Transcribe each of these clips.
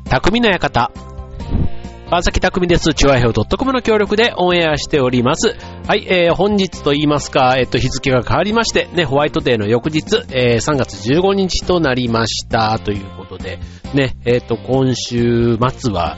匠の館。川崎匠です。チュアヘオ .com の協力でオンエアしております。はい、本日と言いますか、日付が変わりまして、ね、ホワイトデーの翌日、3月15日となりました。ということで、ね、今週末は、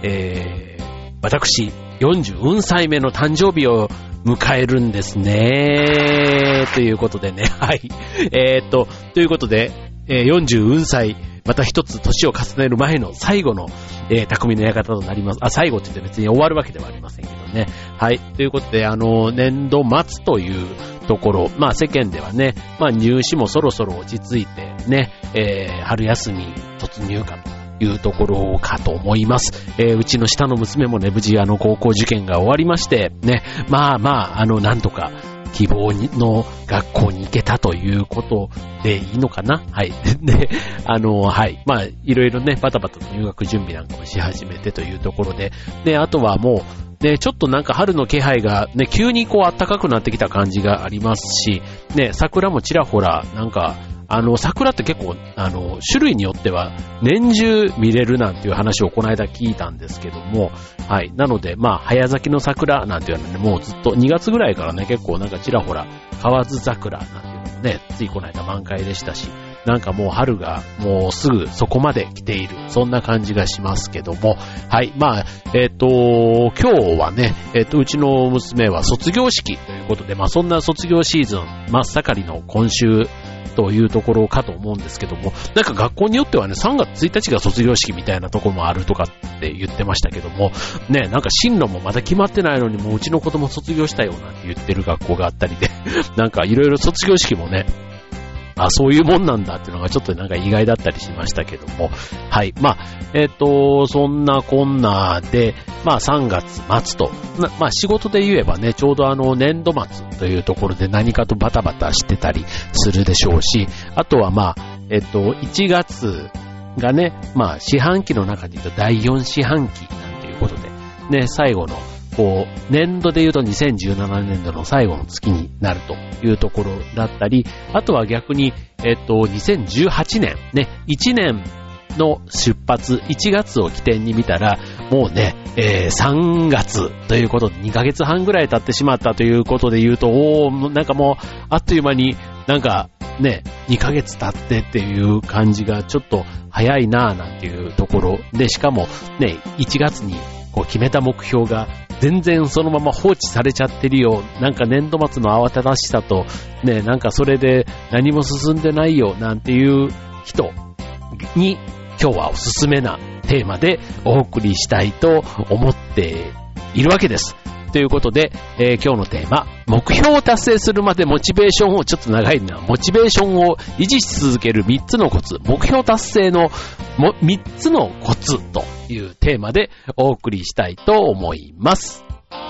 私、44歳目の誕生日を迎えるんですね。ということでね、はい。ということで、44歳、また一つ年を重ねる前の最後の、匠の館となります。最後って言って別に終わるわけではありませんけどね。はい。ということで、年度末というところ、まあ世間ではね、まあ入試もそろそろ落ち着いてね、春休み突入かというところかと思います。うちの下の娘もね、無事高校受験が終わりまして、ね、まあまあ、なんとか、希望の学校に行けたということでいいのかな。はい。で、はい。まあ、いろいろね、バタバタと入学準備なんかもし始めてというところで、で、あとはもう、ね、ちょっとなんか春の気配がね、急にこう暖かくなってきた感じがありますし、ね、桜もちらほら、なんか、桜って結構、種類によっては年中見れるなんていう話をこの間聞いたんですけども、はい。なので、まあ、早咲きの桜なんていうのはね、もうずっと2月ぐらいからね、結構なんかちらほら、河津桜なんていうのもね、ついこの間満開でしたし、なんかもう春がもうすぐそこまで来ている、そんな感じがしますけども、はい。まあ、今日はね、うちの娘は卒業式ということで、まあ、そんな卒業シーズン真っ盛りの今週、というところかと思うんですけども、なんか学校によってはね、3月1日が卒業式みたいなところもあるとかって言ってましたけども、ね、なんか進路もまだ決まってないのにもううちの子供卒業したよなんて言ってる学校があったりで、なんかいろいろ卒業式もね、そういうもんなんだっていうのがちょっとなんか意外だったりしましたけども、はい。まあ、そんなこんなで、まあ3月末と、まあ仕事で言えばね、ちょうど年度末というところで何かとバタバタしてたりするでしょうし、あとはまあ、1月がね、まあ四半期の中で言うと第4四半期なんていうことで、ね、最後のこう、年度で言うと2017年度の最後の月になるというところだったり、あとは逆に、2018年、ね、1年の出発、1月を起点に見たら、もうね、3月ということで2ヶ月半ぐらい経ってしまったということで言うと、なんかもう、あっという間になんかね、2ヶ月経ってっていう感じがちょっと早いなぁなんていうところで、しかもね、1月にこう決めた目標が全然そのまま放置されちゃってるよ。なんか年度末の慌ただしさと、ね、なんかそれで何も進んでないよなんていう人に今日はおすすめなテーマでお送りしたいと思っているわけです。ということで、今日のテーマ、目標を達成するまでモチベーションを、ちょっと長いな、モチベーションを維持し続ける3つのコツ、目標達成の3つのコツというテーマでお送りしたいと思います。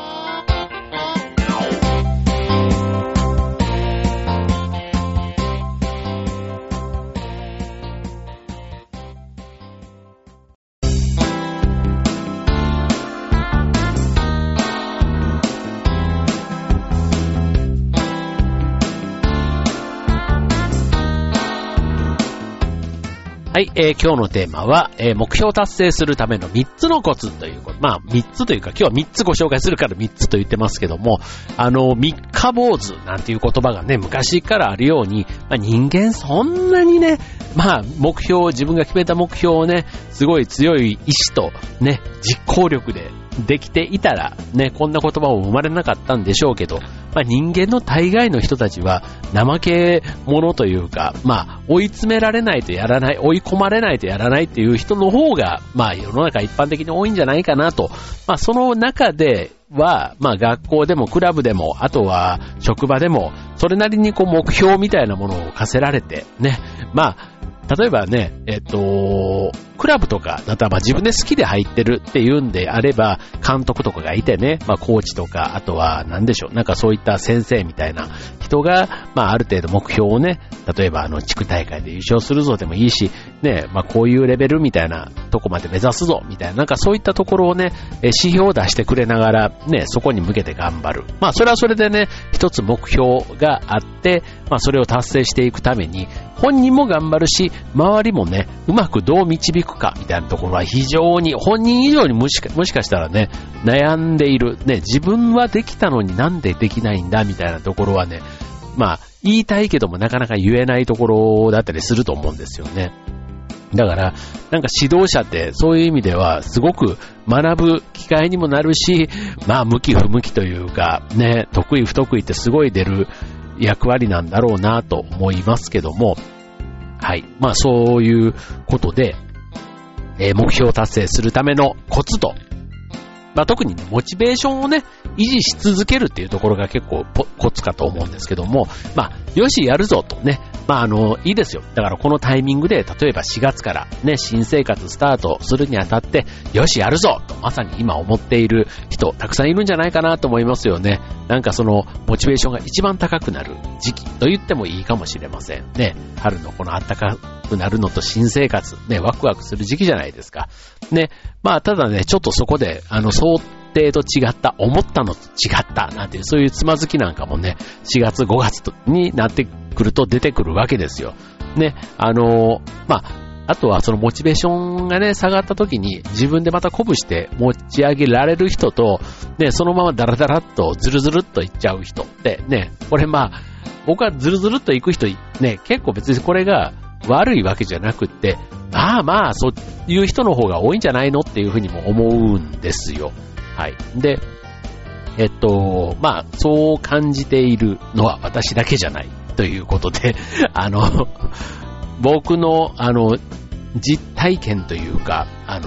はい、今日のテーマは、目標達成するための3つのコツということ。まあ、3つというか、今日は3つご紹介するから3つと言ってますけども、三日坊主なんていう言葉がね、昔からあるように、まあ、人間そんなにね、まあ、自分が決めた目標をね、すごい強い意志とね、実行力でできていたら、ね、こんな言葉も生まれなかったんでしょうけど、まあ、人間の大概の人たちは怠け者というか、まあ、追い詰められないとやらない、追い込まれないとやらないっていう人の方が、まあ、世の中一般的に多いんじゃないかなと。まあ、その中では、まあ、学校でもクラブでも、あとは職場でも、それなりにこう目標みたいなものを課せられて、ね、まあ、例えばね、クラブとかだったら自分で好きで入ってるっていうんであれば、監督とかがいてね、まあコーチとか、あとは何でしょう、なんかそういった先生みたいな人が、まあある程度目標をね、例えば地区大会で優勝するぞでもいいし、ね、まあこういうレベルみたいなとこまで目指すぞみたいな、なんかそういったところをね、指標を出してくれながら、ね、そこに向けて頑張る。まあそれはそれでね、一つ目標があって、まあそれを達成していくために、 本人も頑張るし、周りもね、うまくどう導くかみたいなところは非常に、本人以上にもしかしたらね、悩んでいる。ね、自分はできたのになんでできないんだみたいなところはね、まあ、言いたいけどもなかなか言えないところだったりすると思うんですよね。だから、なんか指導者ってそういう意味ではすごく学ぶ機会にもなるし、まあ、向き不向きというか、ね、得意不得意ってすごい出る役割なんだろうなと思いますけども、はい。まあそういうことで、目標を達成するためのコツと、まあ特に、ね、モチベーションをね、維持し続けるっていうところが結構コツかと思うんですけども、まあ、よしやるぞとね、まあいいですよ。だからこのタイミングで、例えば4月からね、新生活スタートするにあたって、よしやるぞと、まさに今思っている人、たくさんいるんじゃないかなと思いますよね。なんかその、モチベーションが一番高くなる時期と言ってもいいかもしれません。ね、春のこの暖かくなるのと新生活、ね、ワクワクする時期じゃないですか。ね、まあただね、ちょっとそこで、想定と違った、思ったのと違った、なんていう、そういうつまずきなんかもね、4月5月になってくると出てくるわけですよ。ね、まあ、あとはそのモチベーションがね、下がった時に自分でまた鼓舞して持ち上げられる人と、ね、そのままダラダラっとズルズルっといっちゃう人ってね、これまあ、僕はズルズルっといく人ね、結構別にこれが悪いわけじゃなくって、まあまあ、そういう人の方が多いんじゃないのっていうふうにも思うんですよ。はい。で、まあ、そう感じているのは私だけじゃないということで、僕の、実体験というか、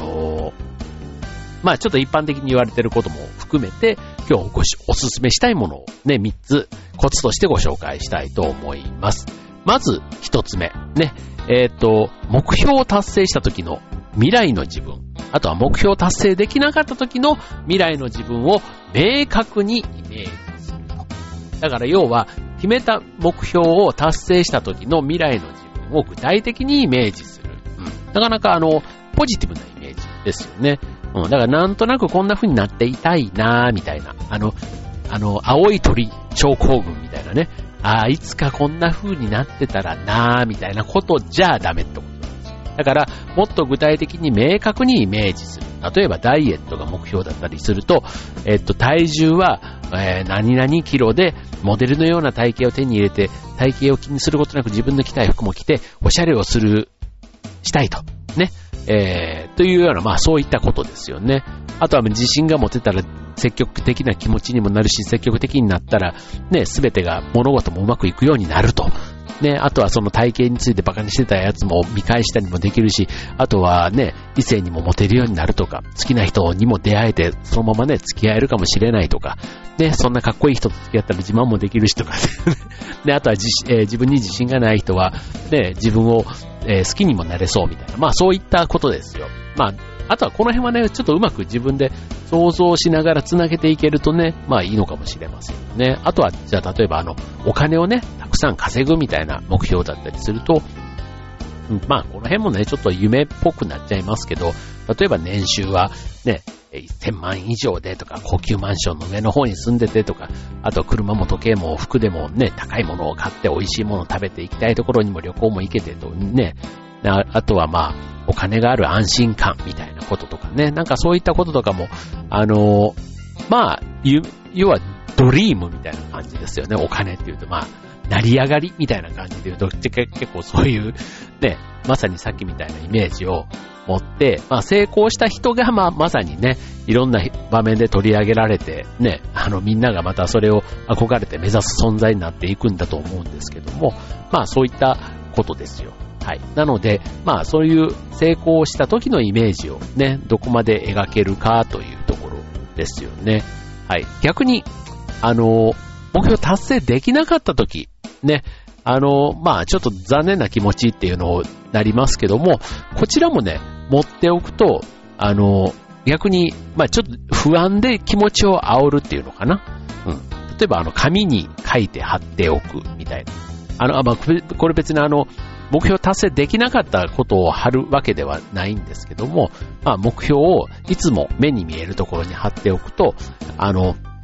まあ、ちょっと一般的に言われていることも含めて、今日おすすめしたいものをね、3つコツとしてご紹介したいと思います。まず、1つ目。ね、目標を達成した時の未来の自分。あとは目標を達成できなかった時の未来の自分を明確にイメージする。だから要は、決めた目標を達成した時の未来の自分を具体的にイメージする。なかなかポジティブなイメージですよね。だからなんとなくこんな風になっていたいなーみたいな。青い鳥症候群みたいなね。いつかこんな風になってたらなーみたいなことじゃダメってことなんですよ。だから、もっと具体的に明確にイメージする。例えばダイエットが目標だったりすると、体重は、何々キロでモデルのような体型を手に入れて、体型を気にすることなく自分の着たい服も着て、おしゃれをしたいと。ね。というような、まあそういったことですよね。あとは自信が持てたら積極的な気持ちにもなるし、積極的になったら、ね、すべてが物事もうまくいくようになると。ね、あとはその体型についてバカにしてたやつも見返したりもできるし、あとはね、異性にもモテるようになるとか、好きな人にも出会えて、そのままね、付き合えるかもしれないとか、ね、そんなかっこいい人と付き合ったら自慢もできるしとか、ね、あとは自分に自信がない人は、ね、自分を、好きにもなれそうみたいな、まあそういったことですよ。まあ、あとはこの辺はね、ちょっとうまく自分で想像しながらつなげていけるとね、まあいいのかもしれませんよね。あとは、じゃあ例えばお金をね、たくさん稼ぐみたいな目標だったりすると、まあこの辺もね、ちょっと夢っぽくなっちゃいますけど、例えば年収はね、1000万以上でとか、高級マンションの上の方に住んでてとか、あと車も時計も服でもね、高いものを買って美味しいものを食べて行きたいところにも旅行も行けてとね、あとはまあ、お金がある安心感みたいなこととかね、なんかそういったこととかも、まあ、要はドリームみたいな感じですよね。お金っていうと、まあ、成り上がりみたいな感じで言うと、結構そういう、ね、まさにさっきみたいなイメージを持って、まあ成功した人が、まさにね、いろんな場面で取り上げられて、ね、みんながまたそれを憧れて目指す存在になっていくんだと思うんですけども、まあそういったことですよ。はい。なので、まあそういう成功した時のイメージをね、どこまで描けるかというところですよね。はい。逆に、目標達成できなかった時、ね、まあちょっと残念な気持ちっていうのになりますけども、こちらもね、持っておくと、逆に、まあちょっと不安で気持ちを煽るっていうのかな。例えば紙に書いて貼っておくみたいな。まあこれ別に目標達成できなかったことを貼るわけではないんですけども、まあ目標をいつも目に見えるところに貼っておくと、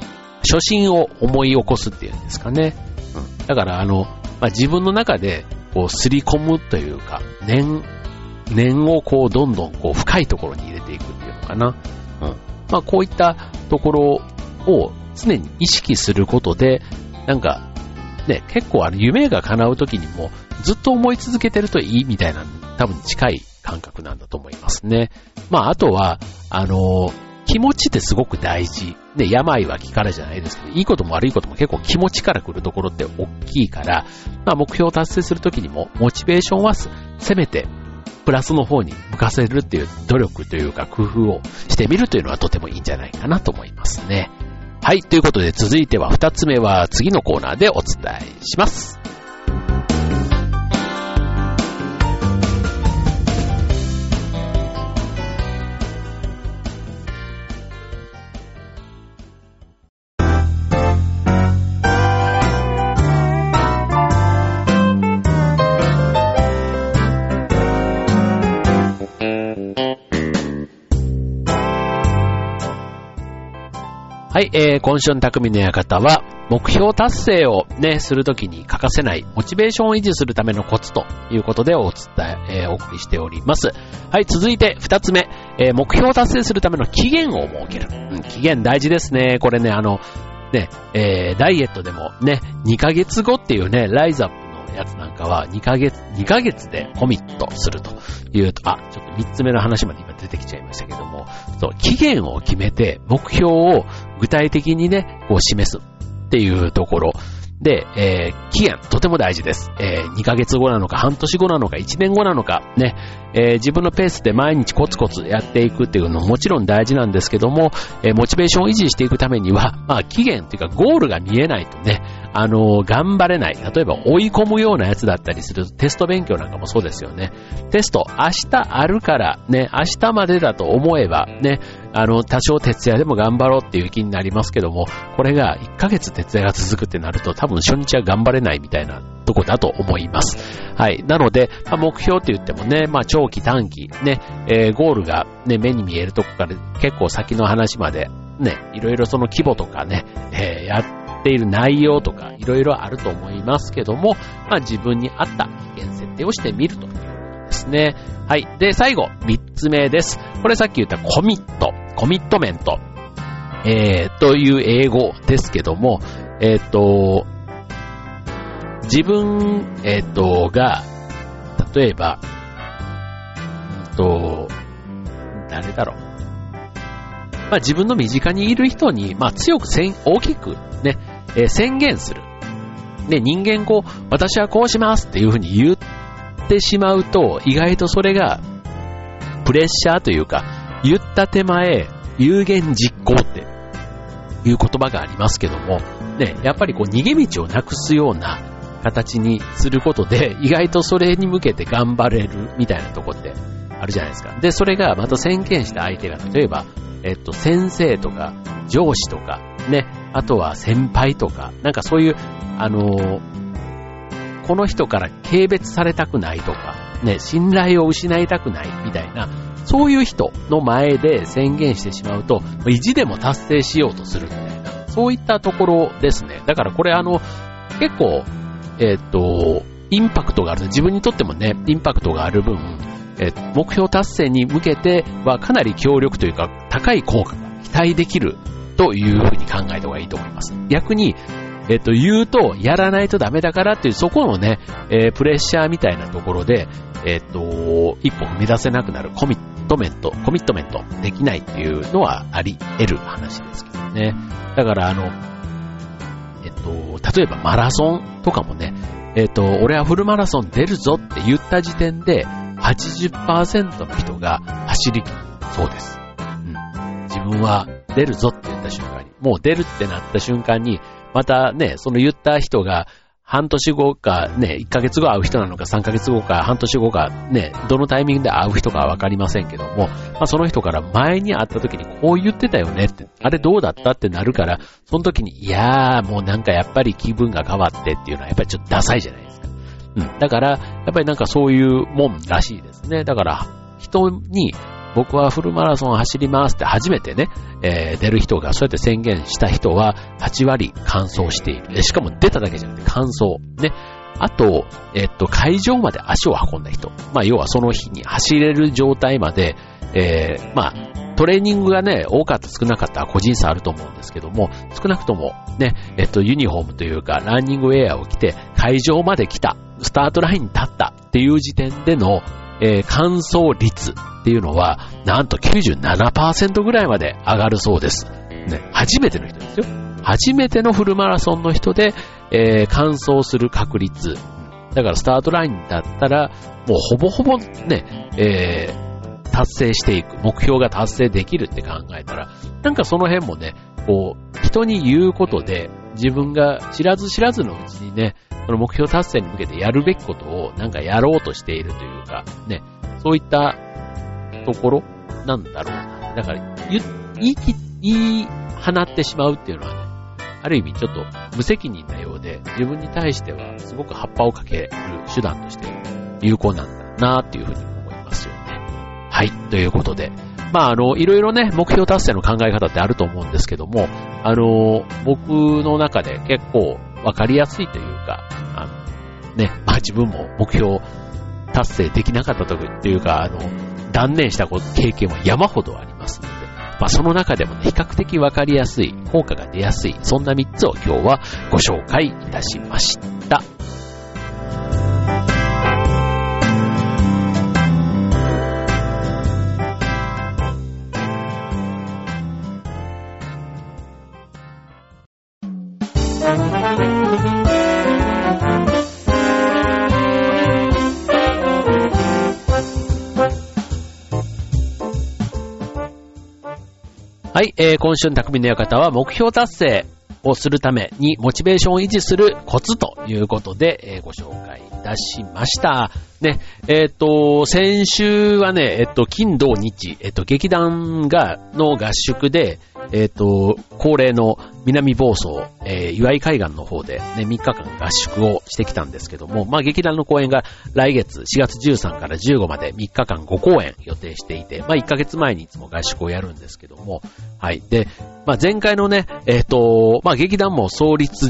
初心を思い起こすっていうんですかね。だからまあ、自分の中で、 こう、すり込むというか、念をこう、どんどんこう、深いところに入れていくっていうのかな。まあ、こういったところを常に意識することで、なんか、ね、結構夢が叶うときにも、ずっと思い続けてるといいみたいな、多分近い感覚なんだと思いますね。まあ、あとは、気持ちってすごく大事。で、病は気からじゃないですけど、いいことも悪いことも結構気持ちから来るところって大きいから、まあ、目標を達成するときにも、モチベーションはせめて、プラスの方に向かせるっていう努力というか工夫をしてみるというのはとてもいいんじゃないかなと思いますね。はい、ということで続いては2つ目は次のコーナーでお伝えします。はい、今週の匠の館は、目標達成をね、するときに欠かせないモチベーションを維持するためのコツということでお送りしております。はい、続いて2つ目、目標を達成するための期限を設ける。期限大事ですね。これね、ダイエットでもね、2ヶ月後っていうね、ライズアップのやつなんかは2ヶ月でコミットするというと、ちょっと3つ目の話まで今出てきちゃいましたけども、そう、期限を決めて目標を具体的にね、こう示すっていうところで、期限とても大事です。2ヶ月後なのか半年後なのか1年後なのかね、自分のペースで毎日コツコツやっていくっていうのももちろん大事なんですけども、モチベーションを維持していくためには、まあ期限っていうかゴールが見えないとね、頑張れない。例えば追い込むようなやつだったりするテスト勉強なんかもそうですよね。テスト明日あるからね、明日までだと思えばね、多少徹夜でも頑張ろうっていう気になりますけども、これが1ヶ月徹夜が続くってなると多分初日は頑張れないみたいなとこだと思います。はい。なので、目標って言ってもね、長期短期ね、ゴールがね、目に見えるとこから結構先の話までね、いろいろその規模とかね、やっている内容とかいろいろあると思いますけども、自分に合った期限設定をしてみるということですね。はい。で、最後、3つ目です。これさっき言ったコミットメント、という英語ですけども、自分、が、例えば、誰だろう。自分の身近にいる人に、強く大きくね、宣言する。ね、人間私はこうしますっていうふうに言ってしまうと、意外とそれが、プレッシャーというか、言った手前、有言実行っていう言葉がありますけども、ね、やっぱり逃げ道をなくすような形にすることで、意外とそれに向けて頑張れるみたいなとこってあるじゃないですか。で、それがまた宣言した相手が、例えば、先生とか、上司とか、ね、あとは先輩とか、なんかそういう、この人から軽蔑されたくないとか、ね、信頼を失いたくないみたいな、そういう人の前で宣言してしまうと、意地でも達成しようとするみたいな、そういったところですね。だからこれ結構、インパクトがある。自分にとってもね、インパクトがある分、目標達成に向けてはかなり強力というか、高い効果が期待できるというふうに考えた方がいいと思います。逆に、言うと、やらないとダメだからっていう、そこのね、プレッシャーみたいなところで、一歩踏み出せなくなるコミットメントできないっていうのはあり得る話ですけどね。だから例えばマラソンとかもね、俺はフルマラソン出るぞって言った時点で 80% の人が走り切るそうです。自分は出るぞって言った瞬間に、もう出るってなった瞬間に、またね、その言った人が半年後かね、1ヶ月後会う人なのか3ヶ月後か半年後かね、どのタイミングで会う人かはわかりませんけども、その人から前に会った時にこう言ってたよねって、あれどうだったってなるから、その時にいやーもうなんかやっぱり気分が変わってっていうのはやっぱりちょっとダサいじゃないですか。だからやっぱりなんかそういうもんらしいですね。だから人に僕はフルマラソン走りますって初めてね、出る人がそうやって宣言した人は8割完走している。しかも出ただけじゃなくて完走。ね。 あと、会場まで足を運んだ人。まあ、要はその日に走れる状態まで、まあ、トレーニングがね、多かった少なかったは個人差あると思うんですけども、少なくともね、ユニフォームというか、ランニングウェアを着て、会場まで来た、スタートラインに立ったっていう時点での、完走率っていうのは、なんと 97% ぐらいまで上がるそうです。ね、初めての人ですよ。初めてのフルマラソンの人で、完走する確率。だからスタートラインだったら、もうほぼほぼね、達成していく。目標が達成できるって考えたら、なんかその辺もね、こう、人に言うことで、自分が知らず知らずのうちにね、その目標達成に向けてやるべきことをなんかやろうとしているというか、ね、そういったところなんだろうな。だから、言い放ってしまうっていうのはね、ある意味ちょっと無責任なようで、自分に対してはすごく葉っぱをかける手段として有効なんだなっていうふうに思いますよね。はい、ということで。まあ、いろいろね、目標達成の考え方ってあると思うんですけども、僕の中で結構わかりやすいというか、ね、まあ自分も目標達成できなかった時っていうか、断念した経験は山ほどありますので、まあその中でもね、比較的わかりやすい、効果が出やすい、そんな3つを今日はご紹介いたしました。はい、今週の匠の館は目標達成をするためにモチベーションを維持するコツということで、ご紹介いたしました。ね、先週はね、金土日、劇団の合宿で、恒例の南房総、岩井海岸の方でね、3日間合宿をしてきたんですけども、まあ劇団の公演が来月4月13から15まで3日間5公演予定していて、まあ1ヶ月前にいつも合宿をやるんですけども、はい。で、まあ前回のね、まあ劇団も創立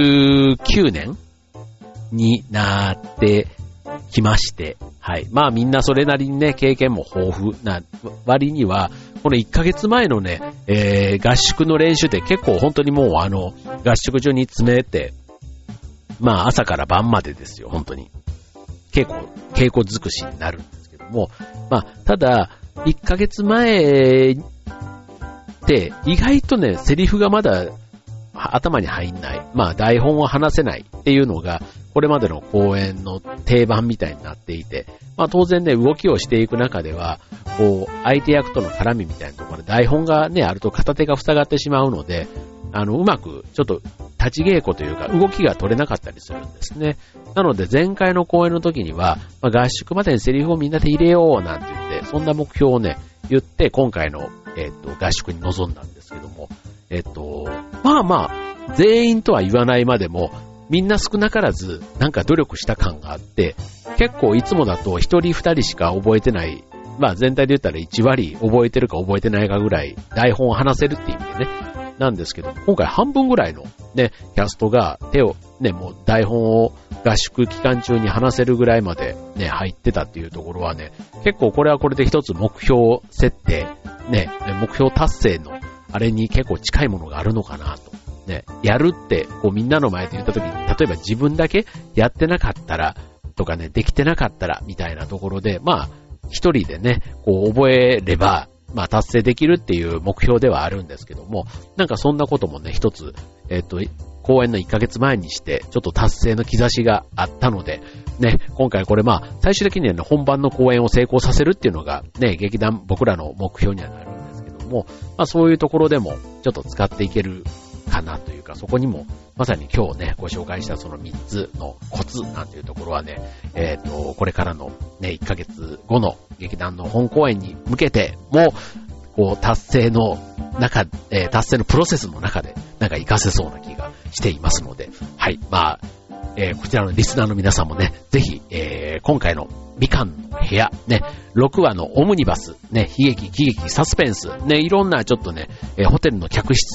19年になってきまして、はい。まあみんなそれなりにね、経験も豊富な割には、この1ヶ月前のね、合宿の練習で結構本当にもう合宿中に詰めて、まあ朝から晩までですよ、本当に。稽古尽くしになるんですけども、まあただ、1ヶ月前って意外とね、セリフがまだ頭に入んない。まあ台本を話せないっていうのが、これまでの公演の定番みたいになっていて、まあ当然ね、動きをしていく中では、こう、相手役との絡みみたいなところで台本がね、あると片手が塞がってしまうので、うまくちょっと立ち稽古というか動きが取れなかったりするんですね。なので前回の公演の時には、まあ、合宿までにセリフをみんなで入れようなんて言って、そんな目標をね、言って今回の、合宿に臨んだんですけども、まあまあ、全員とは言わないまでも、みんな少なからずなんか努力した感があって、結構いつもだと一人二人しか覚えてない、まあ全体で言ったら1割覚えてるか覚えてないかぐらい台本を話せるっていう意味でね、なんですけど、今回半分ぐらいのね、キャストが手をね、もう台本を合宿期間中に話せるぐらいまでね、入ってたっていうところはね、結構これはこれで一つ目標設定、ね、目標達成のあれに結構近いものがあるのかなと。ね、やるって、こうみんなの前で言った時に、例えば自分だけやってなかったら、とかね、できてなかったら、みたいなところで、まあ、一人でね、こう覚えれば、まあ達成できるっていう目標ではあるんですけども、なんかそんなこともね、一つ、公演の1ヶ月前にして、ちょっと達成の兆しがあったので、ね、今回これまあ、最終的にはね、本番の公演を成功させるっていうのが、ね、劇団、僕らの目標にはなるんですけども、まあそういうところでも、ちょっと使っていけるかなというか、そこにも、まさに今日ね、ご紹介したその3つのコツなんていうところはね、これからのね、1ヶ月後の劇団の本公演に向けても、こう、達成のプロセスの中で、なんか活かせそうな気がしていますので、はい、まあ、こちらのリスナーの皆さんもね、ぜひ、今回のみかんの部屋、ね、6話のオムニバス、ね、悲劇、喜劇、サスペンス、ね、いろんなちょっとね、ホテルの客室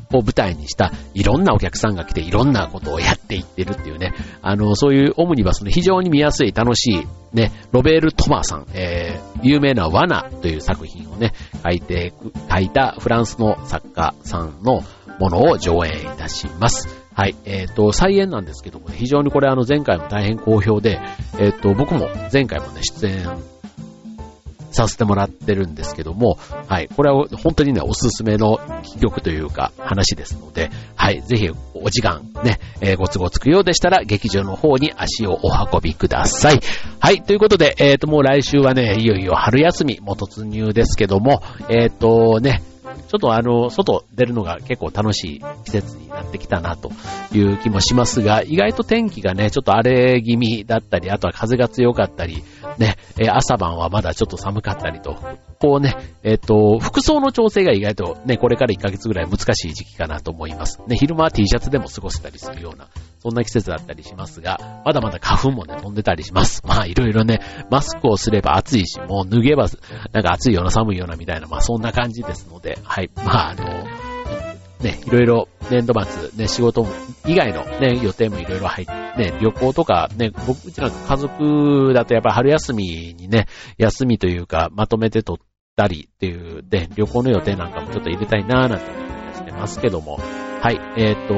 を舞台にしたいろんなお客さんが来ていろんなことをやっていってるっていうね、そういうオムニバスの非常に見やすい楽しいね、ロベール・トマさん、有名な罠という作品をね、書いたフランスの作家さんのものを上演いたします。はい。再演なんですけどもね、非常にこれ前回も大変好評で、僕も前回もね、出演させてもらってるんですけども、はい。これは本当にね、おすすめの曲というか話ですので、はい。ぜひお時間ね、ご都合つくようでしたら、劇場の方に足をお運びください。はい。ということで、もう来週はね、いよいよ春休みも突入ですけども、ね、ちょっと外出るのが結構楽しい季節になってきたなという気もしますが、意外と天気がね、ちょっと荒れ気味だったり、あとは風が強かったり、ね、朝晩はまだちょっと寒かったりと、こうね、服装の調整が意外とね、これから1ヶ月ぐらい難しい時期かなと思います。ね、昼間は T シャツでも過ごせたりするような、そんな季節だったりしますが、まだまだ花粉もね、飛んでたりします。まあ、いろいろね、マスクをすれば暑いし、もう脱げば、なんか暑いような寒いようなみたいな、まあ、そんな感じですので、はい。まあ、ね、いろいろ年度末、ね、仕事以外のね、予定もいろいろ入って、ね、旅行とか、ね、うちなんか家族だとやっぱ春休みにね、休みというか、まとめて取ったりっていう、で、旅行の予定なんかもちょっと入れたいなーなんて思ってしてますけども、はい、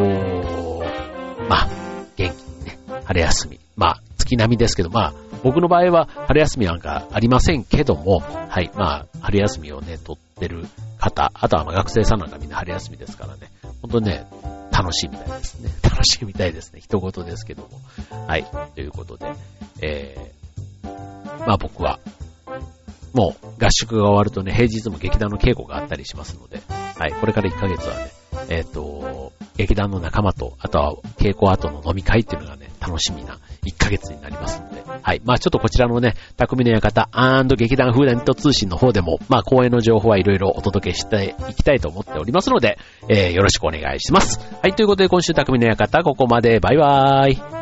まあ、元気にね、春休み。まあ、月並みですけど、まあ、僕の場合は春休みなんかありませんけども、はい、まあ、春休みをね、取ってる方、あとはまあ学生さんなんかみんな春休みですからね、本当ね、楽しいみたいですね。楽しいみたいですね。一言ですけども。はい、ということで、まあ僕は、もう合宿が終わるとね、平日も劇団の稽古があったりしますので、はい、これから1ヶ月はね、劇団の仲間と、あとは稽古後の飲み会っていうのがね、楽しみな1ヶ月になりますので、はい。まあちょっとこちらのね、匠の館&劇団フーダニット通信の方でも、まあ公演の情報はいろいろお届けしていきたいと思っておりますので、よろしくお願いします。はい。ということで今週匠の館、ここまで。バイバーイ。